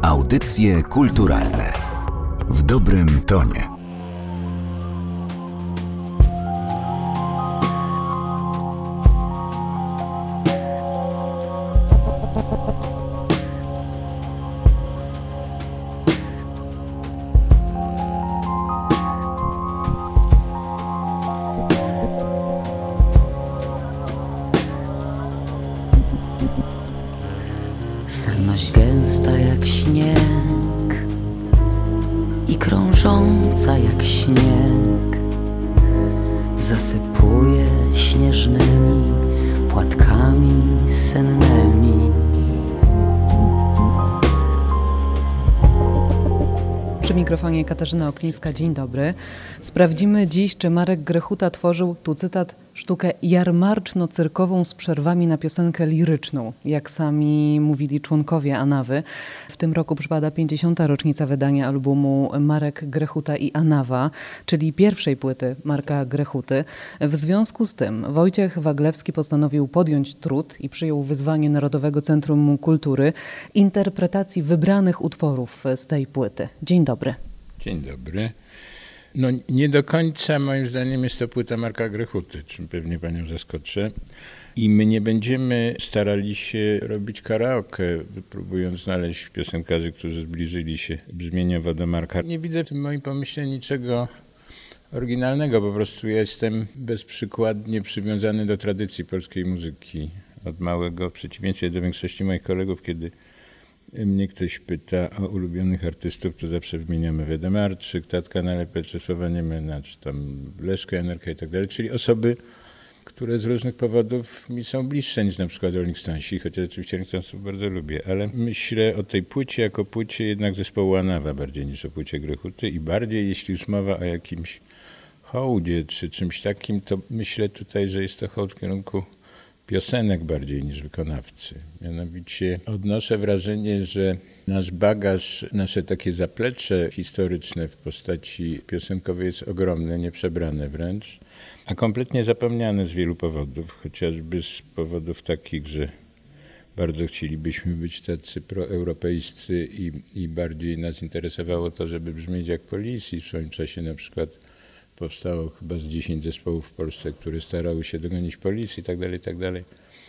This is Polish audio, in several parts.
Audycje kulturalne w dobrym tonie. Senność gęsta jak śnieg i krążąca jak śnieg zasypuje śnieżnymi płatkami sennymi. Przy mikrofonie Katarzyna Oklińska, dzień dobry. Sprawdzimy dziś, czy Marek Grechuta tworzył, tu cytat, sztukę jarmarczno-cyrkową z przerwami na piosenkę liryczną, jak sami mówili członkowie Anawy. W tym roku przypada 50. rocznica wydania albumu Marek Grechuta i Anawa, czyli pierwszej płyty Marka Grechuty. W związku z tym Wojciech Waglewski postanowił podjąć trud i przyjął wyzwanie Narodowego Centrum Kultury interpretacji wybranych utworów z tej płyty. Dzień dobry. Dzień dobry. No nie do końca moim zdaniem jest to płyta Marka Grechuty, czym pewnie panią zaskoczę. I my nie będziemy starali się robić karaoke, próbując znaleźć piosenkarzy, którzy zbliżyli się brzmieniowo do Marka. Nie widzę w tym moim pomyśle niczego oryginalnego, po prostu ja jestem bezprzykładnie przywiązany do tradycji polskiej muzyki. Od małego, w przeciwieństwie do większości moich kolegów, kiedy mnie ktoś pyta o ulubionych artystów, to zawsze wymieniamy Wedemarczyk, Tatka Nalepę, Czesława Niemena, czy tam Leszka Janerka i tak dalej, czyli osoby, które z różnych powodów mi są bliższe niż na przykład Rolling Stonesi, chociaż oczywiście Rolling Stonesów bardzo lubię, ale myślę o tej płycie jako płycie jednak zespołu Anawa bardziej niż o płycie Grechuty i bardziej jeśli już mowa o jakimś hołdzie czy czymś takim, to myślę tutaj, że jest to hołd w kierunku piosenek bardziej niż wykonawcy. Mianowicie odnoszę wrażenie, że nasz bagaż, nasze takie zaplecze historyczne w postaci piosenkowej jest ogromne, nieprzebrane wręcz, a kompletnie zapomniane z wielu powodów, chociażby z powodów takich, że bardzo chcielibyśmy być tacy proeuropejscy i bardziej nas interesowało to, żeby brzmieć jak Police. W swoim czasie na przykład powstało chyba z 10 zespołów w Polsce, które starały się dogonić Policji i tak dalej,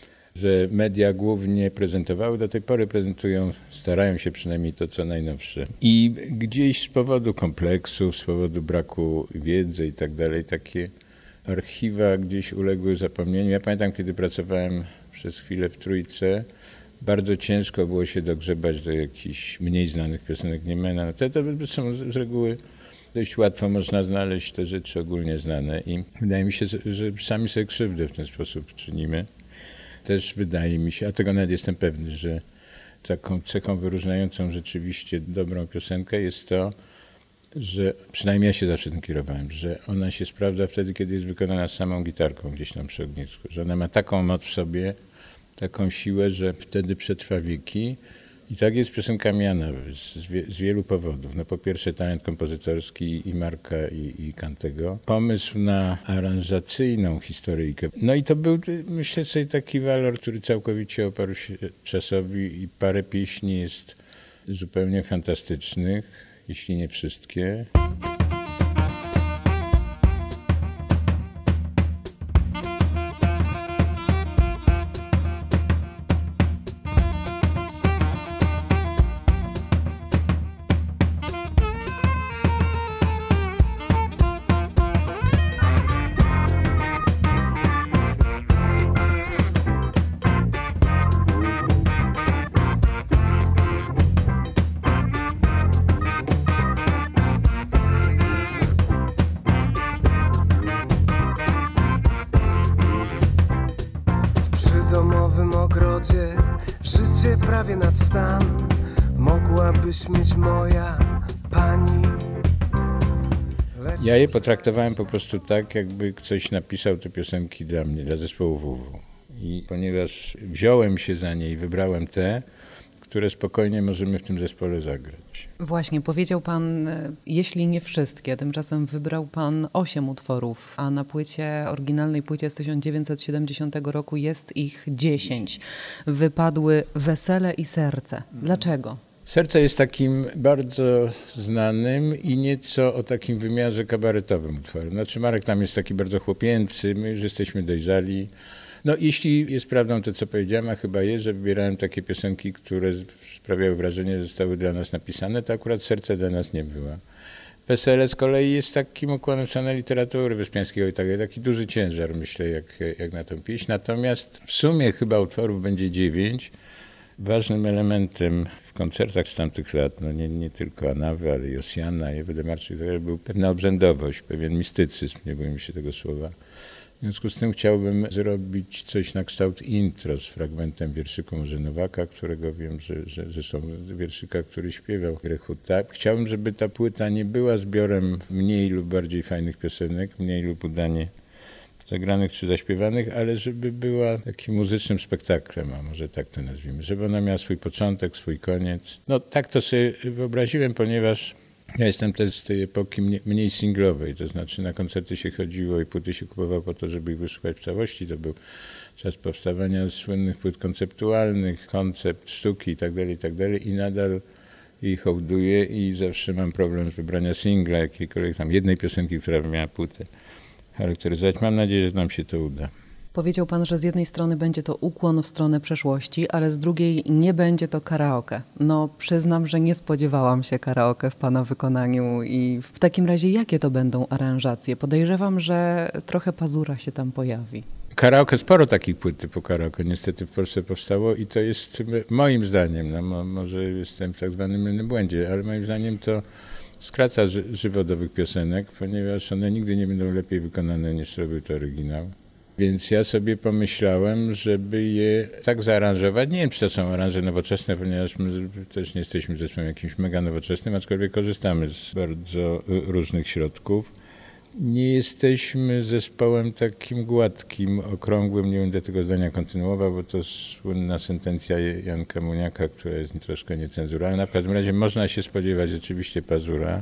że media głównie prezentowały, do tej pory prezentują, starają się przynajmniej to, co najnowsze. I gdzieś z powodu kompleksów, z powodu braku wiedzy i tak dalej, takie archiwa gdzieś uległy zapomnieniu. Ja pamiętam, kiedy pracowałem przez chwilę w Trójce, bardzo ciężko było się dogrzebać do jakichś mniej znanych piosenek Niemena. To są z reguły dość łatwo można znaleźć te rzeczy ogólnie znane i wydaje mi się, że sami sobie krzywdę w ten sposób czynimy. Też wydaje mi się, a tego nawet jestem pewny, że taką cechą wyróżniającą rzeczywiście dobrą piosenkę jest to, że przynajmniej ja się zawsze tym kierowałem, że ona się sprawdza wtedy, kiedy jest wykonana samą gitarką gdzieś tam przy ognisku, że ona ma taką moc w sobie, taką siłę, że wtedy przetrwa wieki. I tak jest z piosenkami Anawy z wielu powodów. No po pierwsze talent kompozytorski i Marka i Kantego. Pomysł na aranżacyjną historyjkę. No i to był, myślę sobie, taki walor, który całkowicie oparł się czasowi i parę pieśni jest zupełnie fantastycznych, jeśli nie wszystkie. Życie prawie nad stan, mogłabyś mieć moja pani. Ja je potraktowałem po prostu tak, jakby ktoś napisał te piosenki dla mnie, dla zespołu WW. I ponieważ wziąłem się za nie i wybrałem te, które spokojnie możemy w tym zespole zagrać. Właśnie, powiedział pan, jeśli nie wszystkie, tymczasem wybrał pan 8 utworów, a na oryginalnej płycie z 1970 roku jest ich 10. Wypadły Wesele i Serce. Dlaczego? Serce jest takim bardzo znanym i nieco o takim wymiarze kabaretowym utworem. Znaczy Marek tam jest taki bardzo chłopięcy, my już jesteśmy dojrzali. No jeśli jest prawdą to, co powiedziałem, a chyba jest, że wybierałem takie piosenki, które sprawiały wrażenie, że zostały dla nas napisane, to akurat Serce dla nas nie była. Wesele z kolei jest takim ukłonem w stronę literatury Wyspiańskiego i tak dalej. Taki duży ciężar, myślę, jak na tą pieśń. Natomiast w sumie chyba utworów będzie 9. Ważnym elementem w koncertach z tamtych lat, no nie tylko Anawy, ale i Osjana, i Wydemarczyk, był pewna obrzędowość, pewien mistycyzm, nie bójmy się tego słowa. W związku z tym chciałbym zrobić coś na kształt intro z fragmentem wierszyku może Nowaka, którego wiem, że są wierszyka, który śpiewał Grechuta. Chciałbym, żeby ta płyta nie była zbiorem mniej lub bardziej fajnych piosenek, mniej lub udanie zagranych czy zaśpiewanych, ale żeby była takim muzycznym spektaklem, a może tak to nazwijmy, żeby ona miała swój początek, swój koniec. No tak to sobie wyobraziłem, ponieważ ja jestem też z tej epoki mniej singlowej, to znaczy na koncerty się chodziło i płyty się kupowało po to, żeby ich wysłuchać w całości. To był czas powstawania słynnych płyt konceptualnych, koncept sztuki itd. I nadal jej hołduję i zawsze mam problem z wybrania singla, jakiejkolwiek tam jednej piosenki, która by miała płytę charakteryzować. Mam nadzieję, że nam się to uda. Powiedział pan, że z jednej strony będzie to ukłon w stronę przeszłości, ale z drugiej nie będzie to karaoke. No przyznam, że nie spodziewałam się karaoke w pana wykonaniu i w takim razie jakie to będą aranżacje? Podejrzewam, że trochę Pazura się tam pojawi. Karaoke, sporo takich płyt typu karaoke niestety w Polsce powstało i to jest moim zdaniem, no może jestem w tak zwanym mylnym błędzie, ale moim zdaniem to skraca żywot owych piosenek, ponieważ one nigdy nie będą lepiej wykonane niż robił to oryginał. Więc ja sobie pomyślałem, żeby je tak zaaranżować. Nie wiem, czy to są aranże nowoczesne, ponieważ my też nie jesteśmy zespołem jakimś mega nowoczesnym, aczkolwiek korzystamy z bardzo różnych środków. Nie jesteśmy zespołem takim gładkim, okrągłym, nie będę tego zdania kontynuował, bo to słynna sentencja Janka Muniaka, która jest troszkę niecenzuralna. W każdym razie można się spodziewać rzeczywiście Pazura.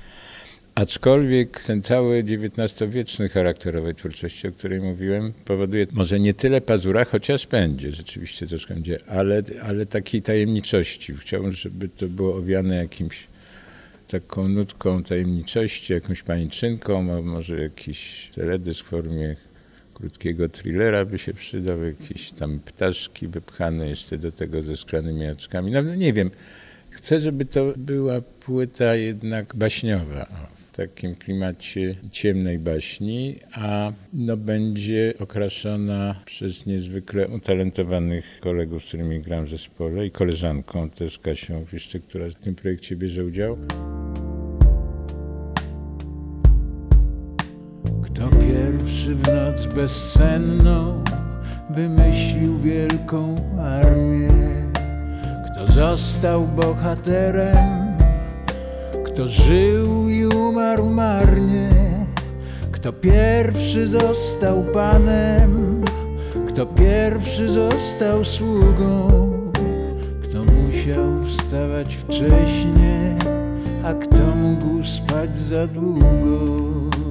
Aczkolwiek ten cały XIX-wieczny charakter owej twórczości, o której mówiłem, powoduje może nie tyle Pazura, chociaż będzie, rzeczywiście troszkę będzie, ale takiej tajemniczości. Chciałbym, żeby to było owiane jakimś taką nutką tajemniczości, jakąś pajęczynką, może jakiś teledysk w formie krótkiego thrillera by się przydał, jakieś tam ptaszki wypchane jeszcze do tego ze szklanymi jaczkami. No nie wiem, chcę, żeby to była płyta jednak baśniowa, w takim klimacie ciemnej baśni, a będzie okraszona przez niezwykle utalentowanych kolegów, z którymi gram w zespole i koleżanką też Kasią Wiszczyk, która w tym projekcie bierze udział. Kto pierwszy w noc bezsenną wymyślił wielką armię? Kto został bohaterem? Kto żył i umarł marnie? Kto pierwszy został panem? Kto pierwszy został sługą? Kto musiał wstawać wcześnie, a kto mógł spać za długo?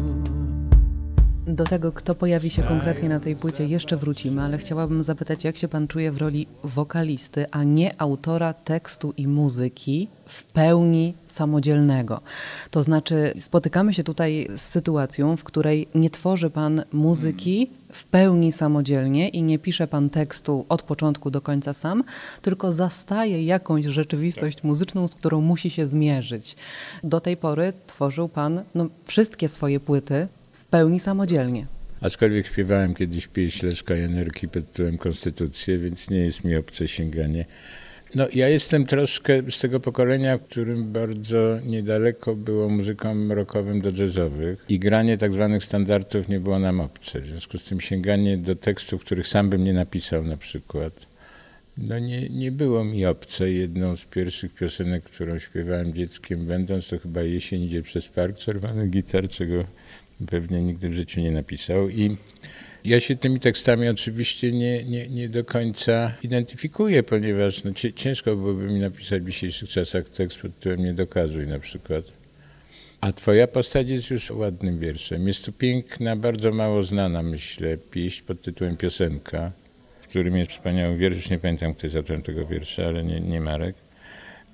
Do tego, kto pojawi się konkretnie na tej płycie, jeszcze wrócimy, ale chciałabym zapytać, jak się pan czuje w roli wokalisty, a nie autora tekstu i muzyki w pełni samodzielnego. To znaczy, spotykamy się tutaj z sytuacją, w której nie tworzy pan muzyki w pełni samodzielnie i nie pisze pan tekstu od początku do końca sam, tylko zastaje jakąś rzeczywistość muzyczną, z którą musi się zmierzyć. Do tej pory tworzył pan wszystkie swoje płyty w pełni samodzielnie. Aczkolwiek śpiewałem kiedyś pieśń Leszka Janerki pod tytułem Konstytucję, więc nie jest mi obce sięganie. Ja jestem troszkę z tego pokolenia, w którym bardzo niedaleko było muzykom rockowym do jazzowych i granie tak zwanych standardów nie było nam obce. W związku z tym sięganie do tekstów, których sam bym nie napisał na przykład, nie było mi obce. Jedną z pierwszych piosenek, którą śpiewałem dzieckiem będąc, to chyba Jesień idzie przez park czerwonych gitar, czego pewnie nigdy w życiu nie napisał. I ja się tymi tekstami oczywiście nie do końca identyfikuję, ponieważ ciężko byłoby mi napisać w dzisiejszych czasach tekst pod tytułem Nie dokazuj na przykład. A twoja postać jest już ładnym wierszem. Jest tu piękna, bardzo mało znana, myślę, pieśń pod tytułem Piosenka, w którym jest wspaniały wiersz, już nie pamiętam, kto jest autorem tego wiersza, ale nie Marek.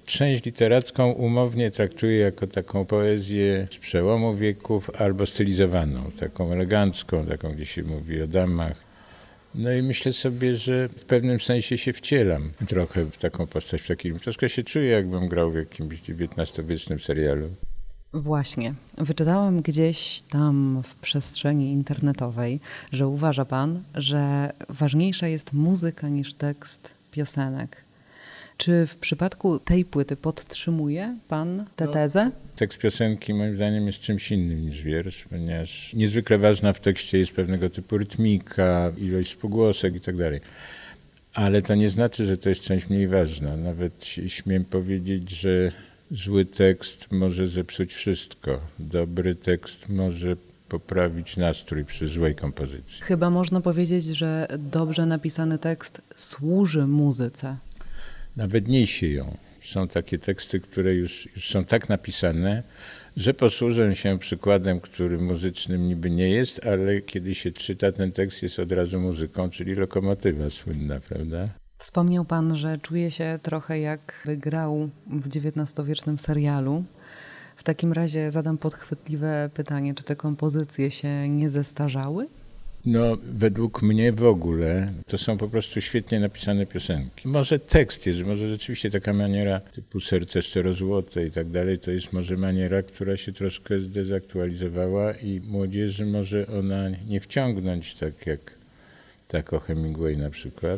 część literacką umownie traktuję jako taką poezję z przełomu wieków albo stylizowaną, taką elegancką, taką, gdzie się mówi o damach. No i myślę sobie, że w pewnym sensie się wcielam trochę w taką postać, w takim, troszkę się czuję, jakbym grał w jakimś XIX-wiecznym serialu. Właśnie. Wyczytałam gdzieś tam w przestrzeni internetowej, że uważa pan, że ważniejsza jest muzyka niż tekst piosenek. Czy w przypadku tej płyty podtrzymuje pan tę tezę? Tekst piosenki moim zdaniem jest czymś innym niż wiersz, ponieważ niezwykle ważna w tekście jest pewnego typu rytmika, ilość spółgłosek i tak dalej. Ale to nie znaczy, że to jest część mniej ważna. Nawet śmiem powiedzieć, że zły tekst może zepsuć wszystko. Dobry tekst może poprawić nastrój przy złej kompozycji. Chyba można powiedzieć, że dobrze napisany tekst służy muzyce. Nawet niesie ją. Są takie teksty, które już są tak napisane, że posłużę się przykładem, który muzycznym niby nie jest, ale kiedy się czyta, ten tekst jest od razu muzyką, czyli Lokomotywa słynna, prawda? Wspomniał pan, że czuje się trochę jak grał w XIX-wiecznym serialu. W takim razie zadam podchwytliwe pytanie, czy te kompozycje się nie zestarzały? No, według mnie w ogóle to są po prostu świetnie napisane piosenki. Może tekst jest, może rzeczywiście taka maniera typu Serce szczerozłote i tak dalej, to jest może maniera, która się troszkę zdezaktualizowała i młodzieży może ona nie wciągnąć tak o Hemingway na przykład.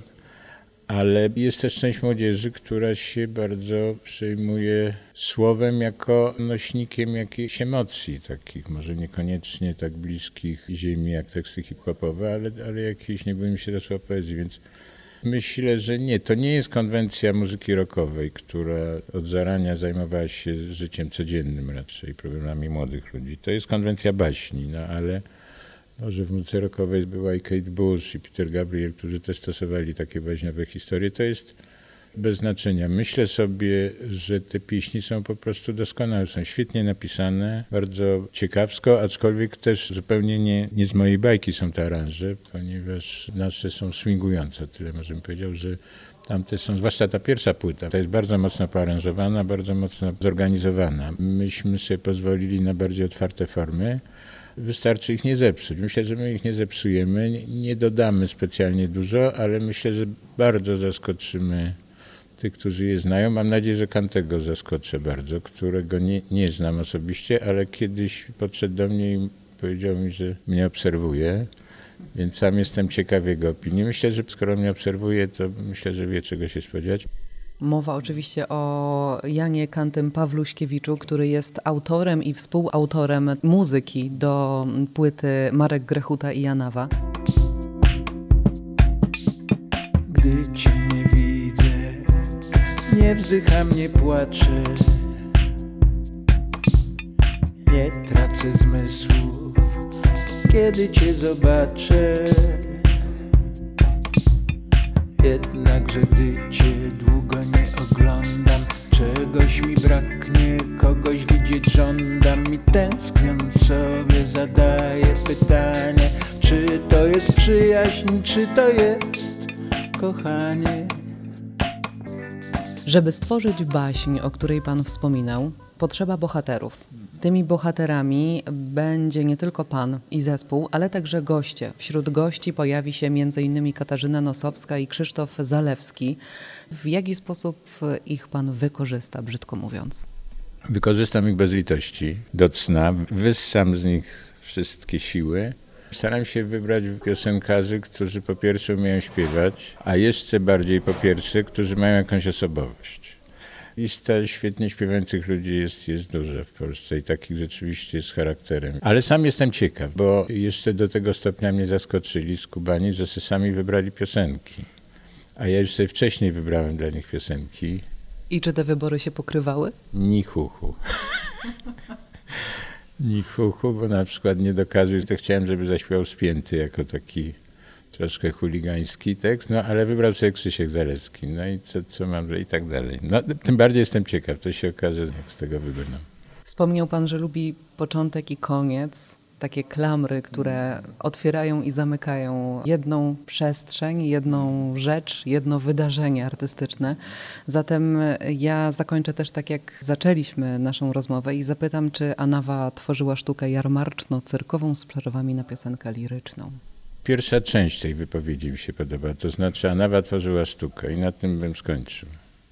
Ale jest też część młodzieży, która się bardzo przejmuje słowem jako nośnikiem jakichś emocji, takich może niekoniecznie tak bliskich ziemi jak teksty hip-hopowe, ale jakiejś, nie bójmy się tego słowa, poezji, więc myślę, że nie. To nie jest konwencja muzyki rockowej, która od zarania zajmowała się życiem codziennym raczej, problemami młodych ludzi. To jest konwencja baśni, no ale może w muzyce rockowej była i Kate Bush i Peter Gabriel, którzy też stosowali takie baśniowe historie. To jest bez znaczenia. Myślę sobie, że te pieśni są po prostu doskonałe, są świetnie napisane, bardzo ciekawsko, aczkolwiek też zupełnie nie z mojej bajki są te aranże, ponieważ nasze są swingujące. Tyle może bym powiedział, że tamte są, zwłaszcza ta pierwsza płyta, to jest bardzo mocno poaranżowana, bardzo mocno zorganizowana. Myśmy sobie pozwolili na bardziej otwarte formy. Wystarczy ich nie zepsuć. Myślę, że my ich nie zepsujemy, nie dodamy specjalnie dużo, ale myślę, że bardzo zaskoczymy tych, którzy je znają. Mam nadzieję, że Kantego zaskoczę bardzo, którego nie znam osobiście, ale kiedyś podszedł do mnie i powiedział mi, że mnie obserwuje, więc sam jestem ciekaw jego opinii. Myślę, że skoro mnie obserwuje, to myślę, że wie, czego się spodziewać. Mowa oczywiście o Janie Kantym Pawluśkiewiczu, który jest autorem i współautorem muzyki do płyty Marek Grechuta i Janawa. Gdy cię nie widzę, nie wzdycham, nie płaczę, nie tracę zmysłów, kiedy cię zobaczę. Jednakże gdy cię długo nie oglądam, czegoś mi braknie, kogoś widzieć żądam i tęskniąc sobie zadaję pytanie, czy to jest przyjaźń, czy to jest kochanie. Żeby stworzyć baśń, o której pan wspominał, potrzeba bohaterów. Tymi bohaterami będzie nie tylko pan i zespół, ale także goście. Wśród gości pojawi się m.in. Katarzyna Nosowska i Krzysztof Zalewski. W jaki sposób ich pan wykorzysta, brzydko mówiąc? Wykorzystam ich bez litości do cna, wyssam z nich wszystkie siły. Staram się wybrać piosenkarzy, którzy po pierwsze umieją śpiewać, a jeszcze bardziej po pierwsze, którzy mają jakąś osobowość. Lista świetnie śpiewających ludzi jest duża w Polsce i takich rzeczywiście z charakterem. Ale sam jestem ciekaw, bo jeszcze do tego stopnia mnie zaskoczyli skubani, że sobie sami wybrali piosenki. A ja już sobie wcześniej wybrałem dla nich piosenki. I czy te wybory się pokrywały? Ni chuchu. Ni chuchu, bo na przykład nie dokazuję, to chciałem, żeby zaśpiewał Spięty jako taki troszkę chuligański tekst, no ale wybrał sobie Krzysiek Zalewski, no i co mam, i tak dalej. No, tym bardziej jestem ciekaw, to się okaże, jak z tego wybrną. Wspomniał pan, że lubi początek i koniec. takie klamry, które otwierają i zamykają jedną przestrzeń, jedną rzecz, jedno wydarzenie artystyczne. Zatem ja zakończę też tak, jak zaczęliśmy naszą rozmowę i zapytam, czy Anawa tworzyła sztukę jarmarczno-cyrkową z przerwami na piosenkę liryczną. Pierwsza część tej wypowiedzi mi się podoba, to znaczy Anawa tworzyła sztukę i na tym bym skończył.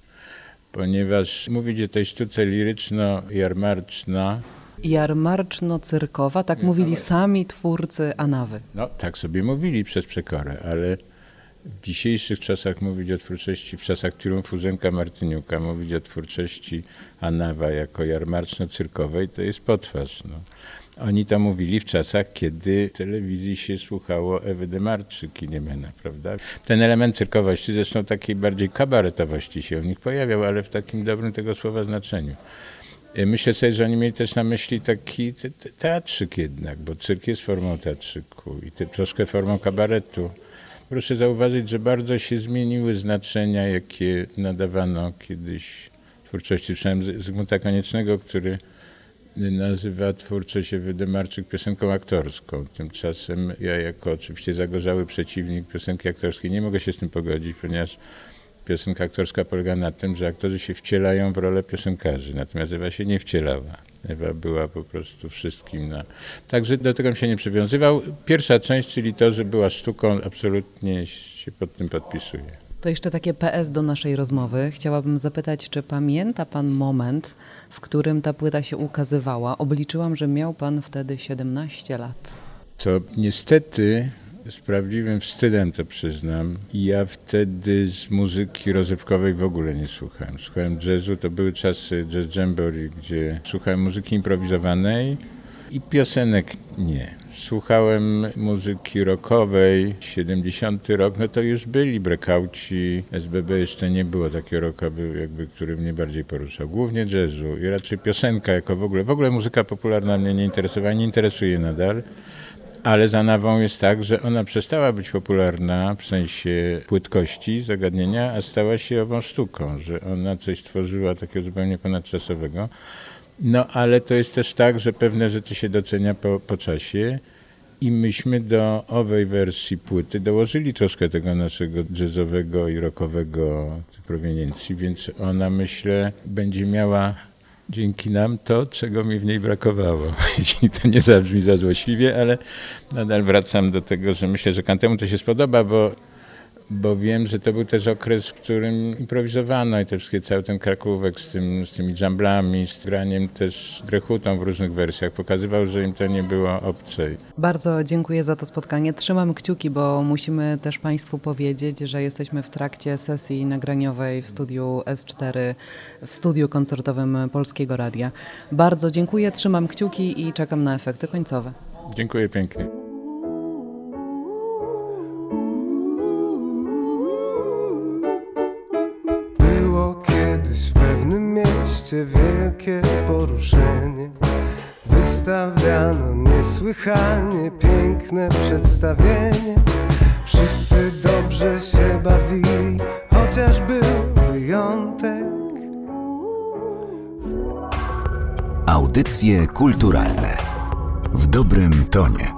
Ponieważ mówić o tej sztuce liryczno-jarmarczna... Jarmarczno-cyrkowa, tak mówili sami twórcy Anawy. No, tak sobie mówili przez przekorę, ale w dzisiejszych czasach mówić o twórczości, w czasach triumfu Zenka Martyniuka, mówić o twórczości Anawa jako jarmarczno-cyrkowej, to jest potwarz. No. Oni to mówili w czasach, kiedy w telewizji się słuchało Ewy Demarczyk czy Kiniemena, prawda? Ten element cyrkowości, zresztą takiej bardziej kabaretowości się u nich pojawiał, ale w takim dobrym tego słowa znaczeniu. Myślę sobie, że oni mieli też na myśli taki teatrzyk jednak, bo cyrk jest formą teatrzyku i troszkę formą kabaretu. Proszę zauważyć, że bardzo się zmieniły znaczenia, jakie nadawano kiedyś twórczości. Słyszałem Zygmunta Koniecznego, który nazywa twórczość Ewy Demarczyk piosenką aktorską. Tymczasem ja jako oczywiście zagorzały przeciwnik piosenki aktorskiej nie mogę się z tym pogodzić, ponieważ piosenka aktorska polega na tym, że aktorzy się wcielają w rolę piosenkarzy, natomiast Ewa się nie wcielała. Ewa była po prostu wszystkim Także do tego bym się nie przywiązywał. Pierwsza część, czyli to, że była sztuką, absolutnie się pod tym podpisuję. To jeszcze takie PS do naszej rozmowy. Chciałabym zapytać, czy pamięta pan moment, w którym ta płyta się ukazywała? Obliczyłam, że miał pan wtedy 17 lat. To niestety z prawdziwym wstydem to przyznam. Ja wtedy z muzyki rozrywkowej w ogóle nie słuchałem. Słuchałem jazzu, to były czasy Jazz Jamboree, gdzie słuchałem muzyki improwizowanej i piosenek nie. Słuchałem muzyki rockowej, 70 rok, no to już byli breakouci, SBB jeszcze nie było takiego rocka, który mnie bardziej poruszał. Głównie jazzu i raczej piosenka jako w ogóle muzyka popularna mnie nie interesowała, nie interesuje nadal. Ale z Anawą jest tak, że ona przestała być popularna w sensie płytkości zagadnienia, a stała się ową sztuką, że ona coś tworzyła takiego zupełnie ponadczasowego. No ale to jest też tak, że pewne rzeczy się docenia po czasie i myśmy do owej wersji płyty dołożyli troszkę tego naszego jazzowego i rockowego proweniencji, więc ona, myślę, będzie miała dzięki nam to, czego mi w niej brakowało. Jeśli to nie zabrzmi za złośliwie, ale nadal wracam do tego, że myślę, że Kantemu to się spodoba, bo wiem, że to był też okres, w którym improwizowano i te wszystkie, cały ten Krakówek z tymi dżamblami, z graniem też grechutą w różnych wersjach pokazywał, że im to nie było obce. Bardzo dziękuję za to spotkanie. Trzymam kciuki, bo musimy też Państwu powiedzieć, że jesteśmy w trakcie sesji nagraniowej w studiu S4, w studiu koncertowym Polskiego Radia. Bardzo dziękuję, trzymam kciuki i czekam na efekty końcowe. Dziękuję pięknie. Wielkie poruszenie, wystawiano niesłychanie piękne przedstawienie. Wszyscy dobrze się bawili, chociaż był wyjątek. Audycje kulturalne w dobrym tonie.